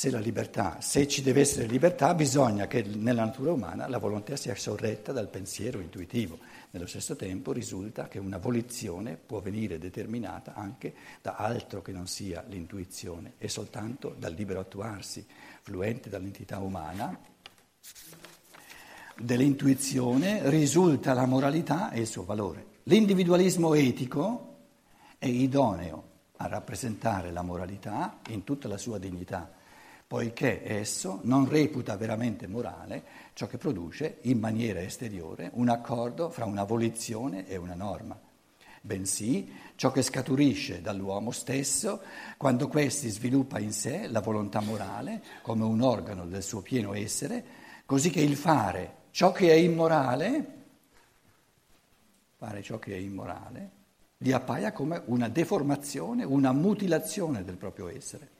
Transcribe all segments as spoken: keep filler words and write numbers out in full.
se la libertà, se ci deve essere libertà, bisogna che nella natura umana la volontà sia sorretta dal pensiero intuitivo. Nello stesso tempo risulta che una volizione può venire determinata anche da altro che non sia l'intuizione e soltanto dal libero attuarsi, fluente dall'entità umana. Dell'intuizione risulta la moralità e il suo valore. L'individualismo etico è idoneo a rappresentare la moralità in tutta la sua dignità, poiché esso non reputa veramente morale ciò che produce in maniera esteriore un accordo fra una volizione e una norma, bensì ciò che scaturisce dall'uomo stesso quando questi sviluppa in sé la volontà morale come un organo del suo pieno essere, così che il fare ciò che è immorale, fare ciò che è immorale, gli appaia come una deformazione, una mutilazione del proprio essere.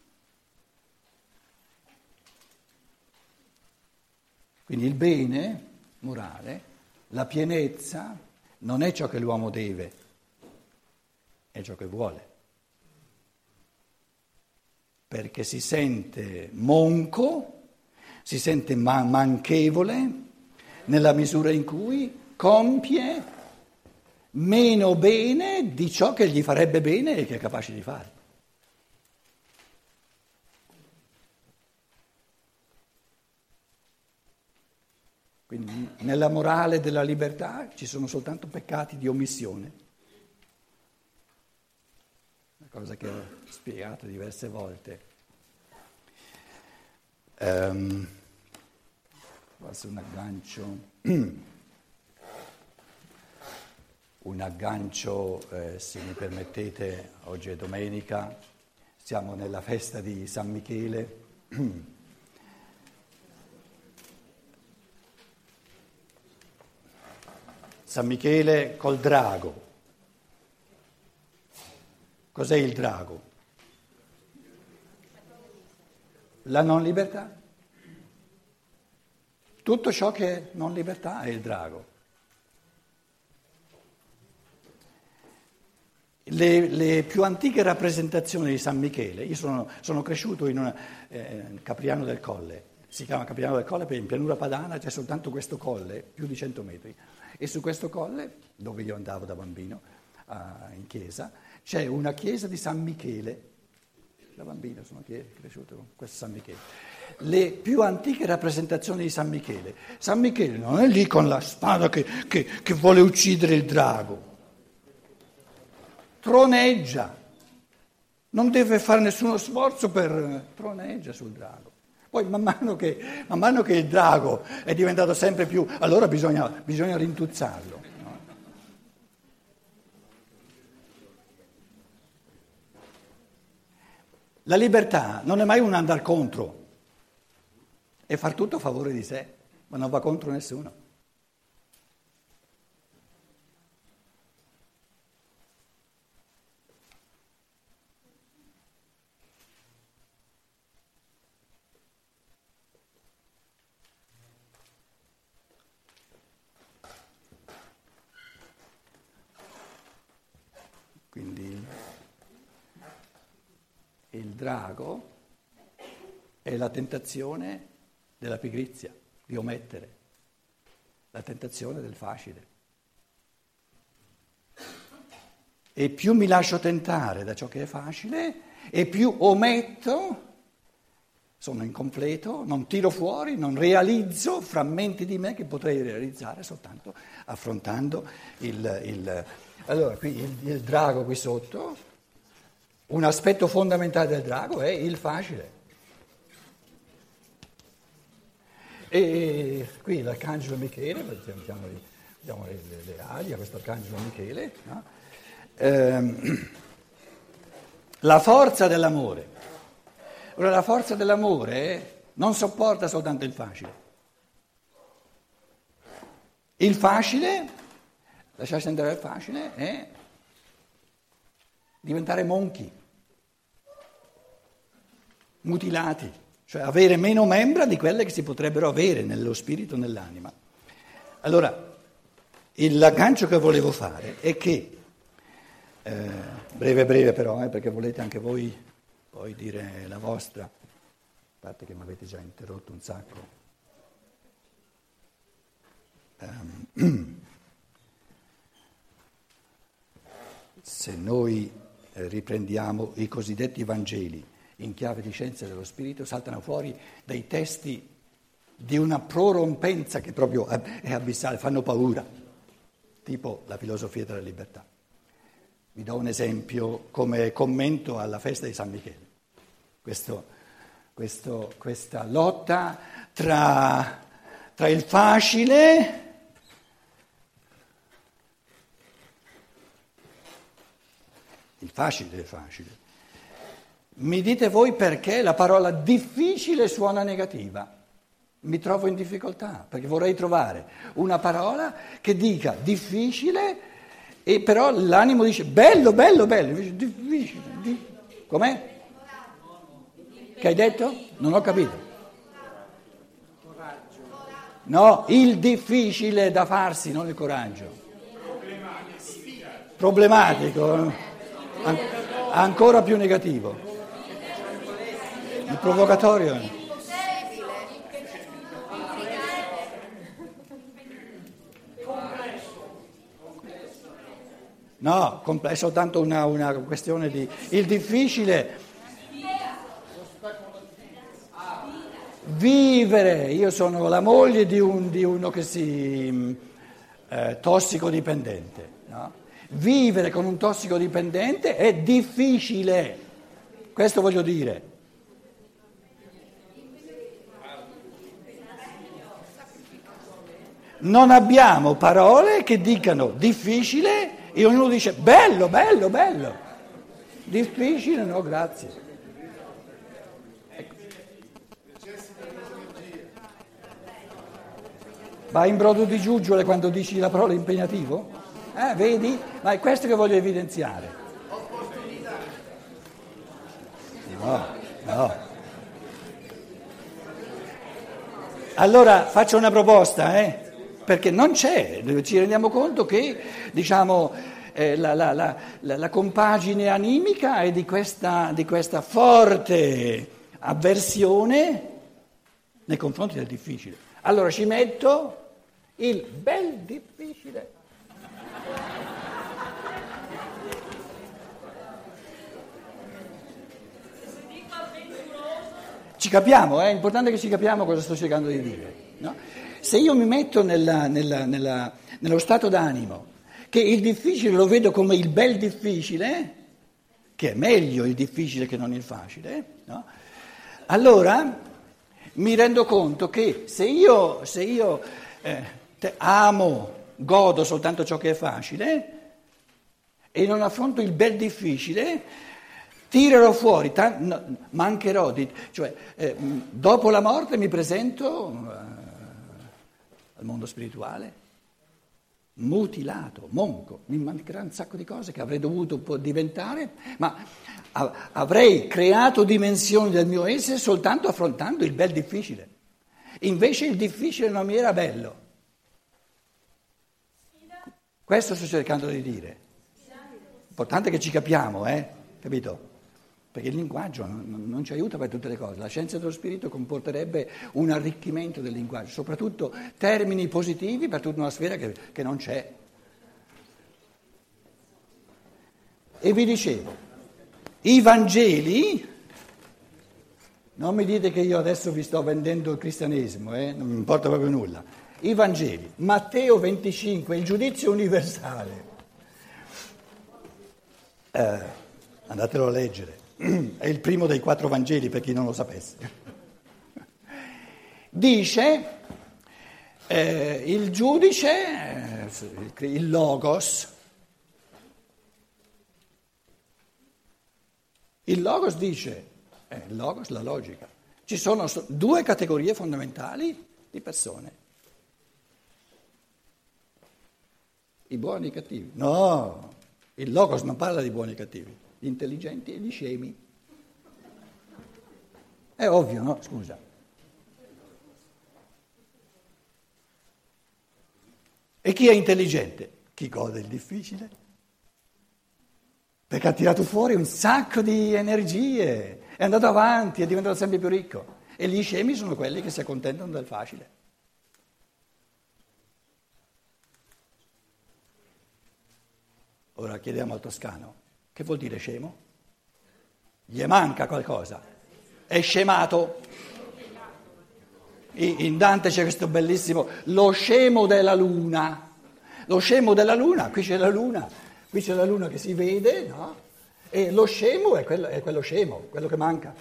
Quindi il bene morale, la pienezza, non è ciò che l'uomo deve, è ciò che vuole. Perché si sente monco, si sente man- manchevole nella misura in cui compie meno bene di ciò che gli farebbe bene e che è capace di fare. Quindi nella morale della libertà ci sono soltanto peccati di omissione, una cosa che ho spiegato diverse volte. Um, forse un aggancio, un aggancio eh, se mi permettete, oggi è domenica, siamo nella festa di San Michele. San Michele col drago. Cos'è il drago? La non libertà. Tutto ciò che è non libertà è il drago. Le, le più antiche rappresentazioni di San Michele, io sono, sono cresciuto in una, eh, Capriano del Colle, si chiama Capriano del Colle perché in pianura padana c'è soltanto questo colle, più di cento metri. E su questo colle, dove io andavo da bambino uh, in chiesa, c'è una chiesa di San Michele. Da bambino sono cresciuto con questo San Michele. Le più antiche rappresentazioni di San Michele. San Michele non è lì con la spada che, che, che vuole uccidere il drago. Troneggia. Non deve fare nessuno sforzo per troneggia sul drago. Poi man mano, che, man mano che il drago è diventato sempre più, allora bisogna, bisogna rintuzzarlo. No? La libertà non è mai un andar contro, è far tutto a favore di sé, ma non va contro nessuno. Quindi il drago è la tentazione della pigrizia, di omettere, la tentazione del facile. E più mi lascio tentare da ciò che è facile, e più ometto, sono incompleto, non tiro fuori, non realizzo frammenti di me che potrei realizzare soltanto affrontando il... il Allora, qui il, il drago qui sotto, un aspetto fondamentale del drago è il facile. E qui l'arcangelo Michele, mettiamo le, le, le ali a questo arcangelo Michele, no? ehm, la forza dell'amore. Ora, la forza dell'amore non sopporta soltanto il facile. Il facile... Lasciarsi andare al facile è diventare monchi, mutilati, cioè avere meno membra di quelle che si potrebbero avere nello spirito, nell'anima. Allora, il l'aggancio che volevo fare è che, eh, breve breve però, eh, perché volete anche voi poi dire la vostra, parte che mi avete già interrotto un sacco. Um, se noi eh, riprendiamo i cosiddetti Vangeli in chiave di scienza dello spirito, saltano fuori dei testi di una prorompenza che proprio è abissale, fanno paura, tipo la filosofia della libertà. Vi do un esempio come commento alla festa di San Michele. Questo, questo, questa lotta tra, tra il facile il facile è facile. Mi dite voi perché la parola difficile suona negativa? Mi trovo in difficoltà, perché vorrei trovare una parola che dica difficile e però l'animo dice bello, bello, bello, invece difficile. Di... Com'è? Che hai detto? Non ho capito. No, il difficile da farsi, non il coraggio. Problematico. An- ancora più negativo. Il provocatorio. No, è soltanto una, una questione di... Il difficile... Vivere, io sono la moglie di, un, di uno che si... Eh, tossicodipendente, no? Vivere con un tossicodipendente è difficile, questo voglio dire. Non abbiamo parole che dicano difficile e ognuno dice bello, bello, bello. Difficile no, grazie. Ecco. Vai in brodo di giuggiole quando dici la parola impegnativo? Eh, vedi? Ma è questo che voglio evidenziare. No, no. Allora faccio una proposta, eh? Perché non c'è, ci rendiamo conto che diciamo, eh, la, la, la, la, la compagine animica è di questa, di questa forte avversione nei confronti del difficile. Allora ci metto il bel difficile. Ci capiamo, è importante che ci capiamo cosa sto cercando di dire, no? Se io mi metto nella, nella, nella, nello stato d'animo che il difficile lo vedo come il bel difficile, che è meglio il difficile che non il facile, no? Allora mi rendo conto che se io, se io eh, te amo, godo soltanto ciò che è facile e non affronto il bel difficile, tirerò fuori, ta- no, mancherò di... cioè eh, dopo la morte mi presento eh, al mondo spirituale mutilato, monco, mi mancherà un sacco di cose che avrei dovuto diventare, ma a- avrei creato dimensioni del mio essere soltanto affrontando il bel difficile. Invece il difficile non mi era bello. Questo sto cercando di dire. Importante che ci capiamo, eh? Capito? Perché il linguaggio non, non ci aiuta per tutte le cose. La scienza dello spirito comporterebbe un arricchimento del linguaggio, soprattutto termini positivi per tutta una sfera che, che non c'è. E vi dicevo, i Vangeli, non mi dite che io adesso vi sto vendendo il cristianesimo, eh? Non mi importa proprio nulla. I Vangeli, Matteo venticinque, il giudizio universale. Eh, andatelo a leggere. È il primo dei quattro Vangeli, per chi non lo sapesse. Dice, eh, il giudice, eh, il Logos, il Logos dice, eh, il Logos, la logica, ci sono due categorie fondamentali di persone, i buoni e i cattivi. No, il Logos non parla di buoni e cattivi. Gli intelligenti e gli scemi. È ovvio, no? Scusa. E chi è intelligente? Chi gode il difficile? Perché ha tirato fuori un sacco di energie, è andato avanti, è diventato sempre più ricco. e gli scemi sono quelli che si accontentano del facile. Ora chiediamo al toscano, che vuol dire scemo? Gli manca qualcosa, è scemato. In Dante c'è questo bellissimo, lo scemo della luna, lo scemo della luna, qui c'è la luna, qui c'è la luna che si vede, no? E lo scemo è quello, è quello scemo, quello che manca.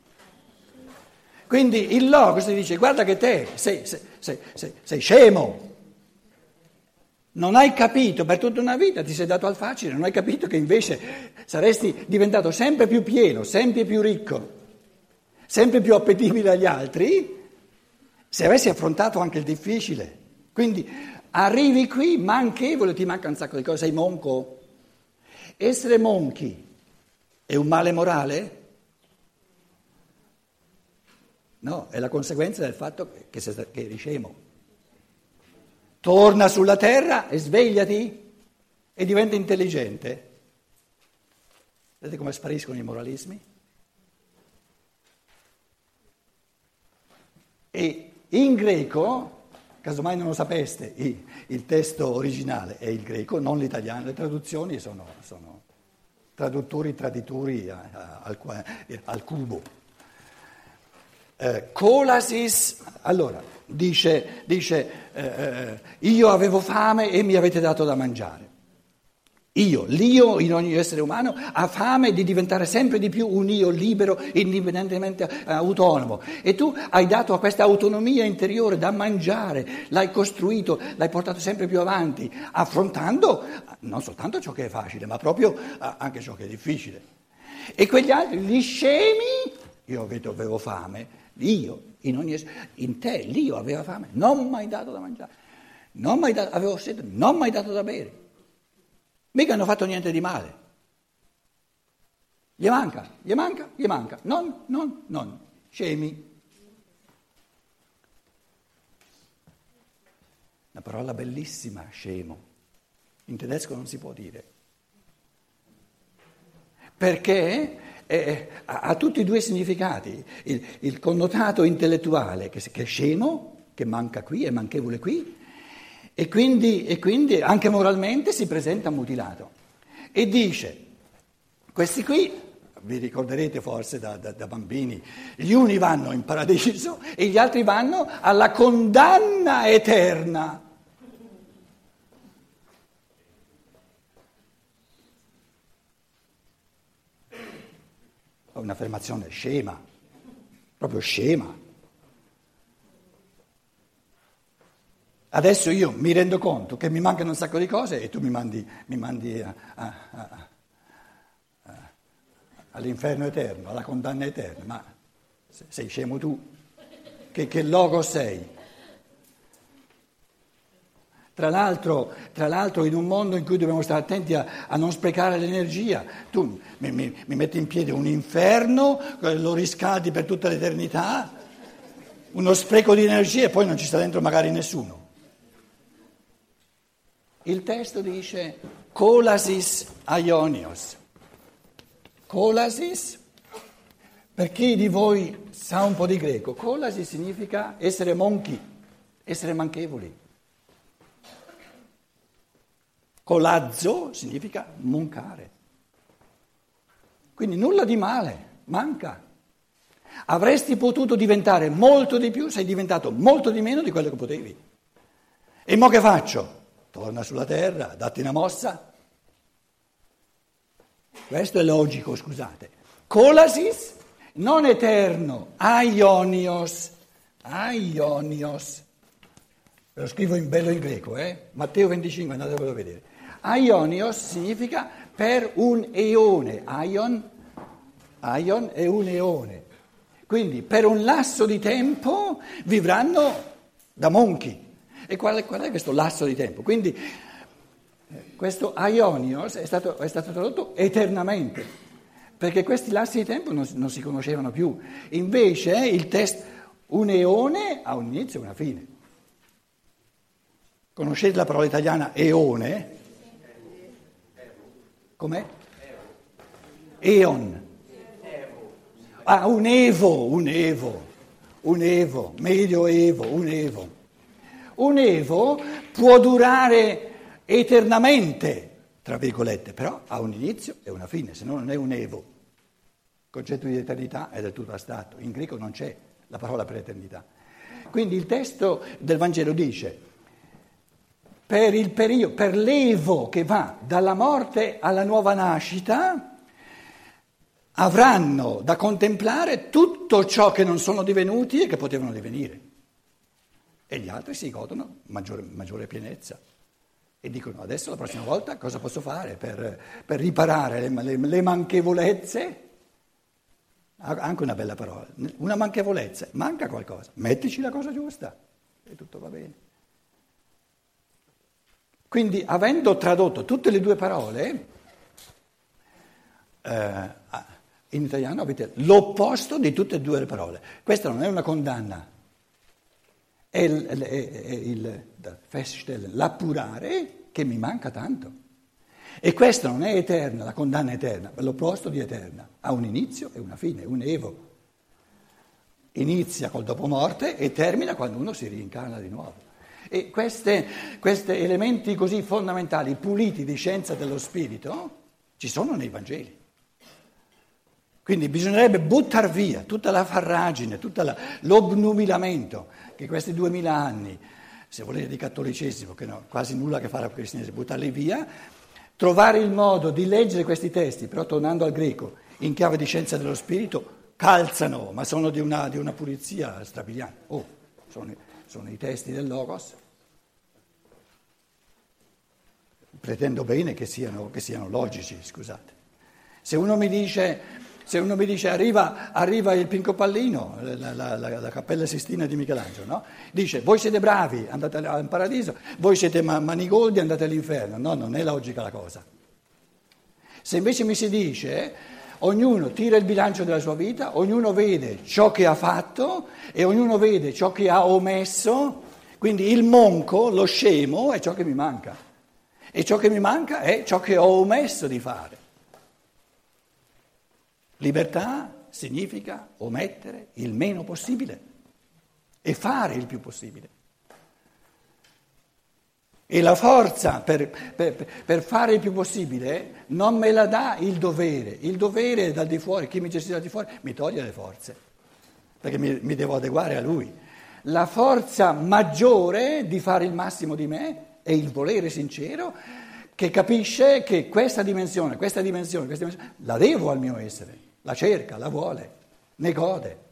Quindi il logos ti dice, guarda che te sei, sei, sei, sei, sei scemo, non hai capito, per tutta una vita ti sei dato al facile, non hai capito che invece saresti diventato sempre più pieno, sempre più ricco, sempre più appetibile agli altri, se avessi affrontato anche il difficile. Quindi arrivi qui manchevole, ti manca un sacco di cose, sei monco. Essere monchi è un male morale? No, è la conseguenza del fatto che, sei, che eri scemo. Torna sulla terra e svegliati e diventa intelligente. Vedete come spariscono i moralismi? E in greco, casomai non lo sapeste, il testo originale è il greco, non l'italiano, le traduzioni sono, sono traduttori, traditori al, al cubo. Eh, colasis, allora, dice, dice eh, io avevo fame e mi avete dato da mangiare. Io, l'io in ogni essere umano ha fame di diventare sempre di più un io libero, indipendentemente autonomo. E tu hai dato a questa autonomia interiore da mangiare, l'hai costruito, l'hai portato sempre più avanti, affrontando non soltanto ciò che è facile, ma proprio anche ciò che è difficile. E quegli altri, gli scemi, io avevo fame, io in ogni essere, in te l'io aveva fame, non mi hai dato da mangiare, non mi hai dato, avevo sete, non mi hai dato da bere. Mica hanno fatto niente di male. Gli manca, gli manca, gli manca. Non, non, non. Scemi. Una parola bellissima, scemo. In tedesco non si può dire. Perché eh, ha, ha tutti e due i significati. Il, il connotato intellettuale che, che è scemo, che manca qui, è manchevole qui, E quindi, e quindi anche moralmente si presenta mutilato. E dice, questi qui, vi ricorderete forse da, da, da bambini, gli uni vanno in paradiso e gli altri vanno alla condanna eterna. Un'affermazione scema, proprio scema. Adesso io mi rendo conto che mi mancano un sacco di cose e tu mi mandi, mi mandi a, a, a, a, all'inferno eterno, alla condanna eterna. Ma sei scemo tu? Che, che logo sei? Tra l'altro, tra l'altro in un mondo in cui dobbiamo stare attenti a, a non sprecare l'energia, tu mi, mi, mi metti in piedi un inferno, lo riscaldi per tutta l'eternità, uno spreco di energia e poi non ci sta dentro magari nessuno. Il testo dice kolasis aionios. Kolasis, per chi di voi sa un po' di greco, kolasis significa essere monchi, essere manchevoli. Colazzo significa moncare. Quindi nulla di male, manca. Avresti potuto diventare molto di più, sei diventato molto di meno di quello che potevi. E mo che faccio? Torna sulla terra, datti una mossa. Questo è logico, scusate. Kolasis, non eterno, aionios, aionios. Ve lo scrivo in bello in greco, eh? Matteo venticinque, andatevelo a vedere. Aionios significa per un eone, aion, aion è un eone. Quindi per un lasso di tempo vivranno da monchi. E qual è, qual è questo lasso di tempo? Quindi eh, questo aionios è stato, è stato tradotto eternamente, perché questi lassi di tempo non, non si conoscevano più. Invece eh, il testo, un eone ha un inizio e una fine. Conoscete la parola italiana eone? Com'è? Eon. Ah, un evo, un evo, un evo, medioevo, un evo. Un evo può durare eternamente, tra virgolette, però ha un inizio e una fine, se no non è un evo. Il concetto di eternità è del tutto astratto, in greco non c'è la parola per eternità. Quindi il testo del Vangelo dice, per il periodo, per l'evo che va dalla morte alla nuova nascita, avranno da contemplare tutto ciò che non sono divenuti e che potevano divenire. E gli altri si godono maggiore, maggiore pienezza. E dicono, adesso la prossima volta cosa posso fare per, per riparare le, le, le manchevolezze? Anche una bella parola, una manchevolezza, manca qualcosa, mettici la cosa giusta e tutto va bene. Quindi, avendo tradotto tutte le due parole, eh, in italiano avete l'opposto di tutte e due le parole. Questa non è una condanna, è il, è, è il feststellen, l'appurare che mi manca tanto. E questo non è eterna, la condanna è eterna, è l'opposto di eterna, ha un inizio e una fine, un evo. Inizia col dopomorte e termina quando uno si rincarna di nuovo. E questi elementi così fondamentali, puliti di scienza dello spirito, ci sono nei Vangeli. Quindi bisognerebbe buttare via tutta la farragine, tutto l'obnubilamento che questi duemila anni, se volete, di cattolicesimo, che no, quasi nulla a che fare con il cristianesimo, buttarli via, trovare il modo di leggere questi testi, però tornando al greco, in chiave di scienza dello spirito, calzano, ma sono di una, di una pulizia strabiliante. Oh, sono, sono i testi del Logos. Pretendo bene che siano, che siano logici, scusate. Se uno mi dice... Se uno mi dice arriva, arriva il Pinco Pallino, la, la, la, la Cappella Sistina di Michelangelo, no? Dice voi siete bravi, andate al paradiso, voi siete manigoldi, andate all'inferno. No, non è logica la cosa. Se invece mi si dice ognuno tira il bilancio della sua vita, ognuno vede ciò che ha fatto e ognuno vede ciò che ha omesso, quindi il monco, lo scemo, è ciò che mi manca. E ciò che mi manca è ciò che ho omesso di fare. Libertà significa omettere il meno possibile e fare il più possibile. E la forza per, per, per fare il più possibile non me la dà il dovere. Il dovere è dal di fuori, chi mi gestisce dal di fuori mi toglie le forze, perché mi, mi devo adeguare a lui. La forza maggiore di fare il massimo di me è il volere sincero che capisce che questa dimensione, questa dimensione, questa dimensione la devo al mio essere. La cerca, la vuole, ne gode.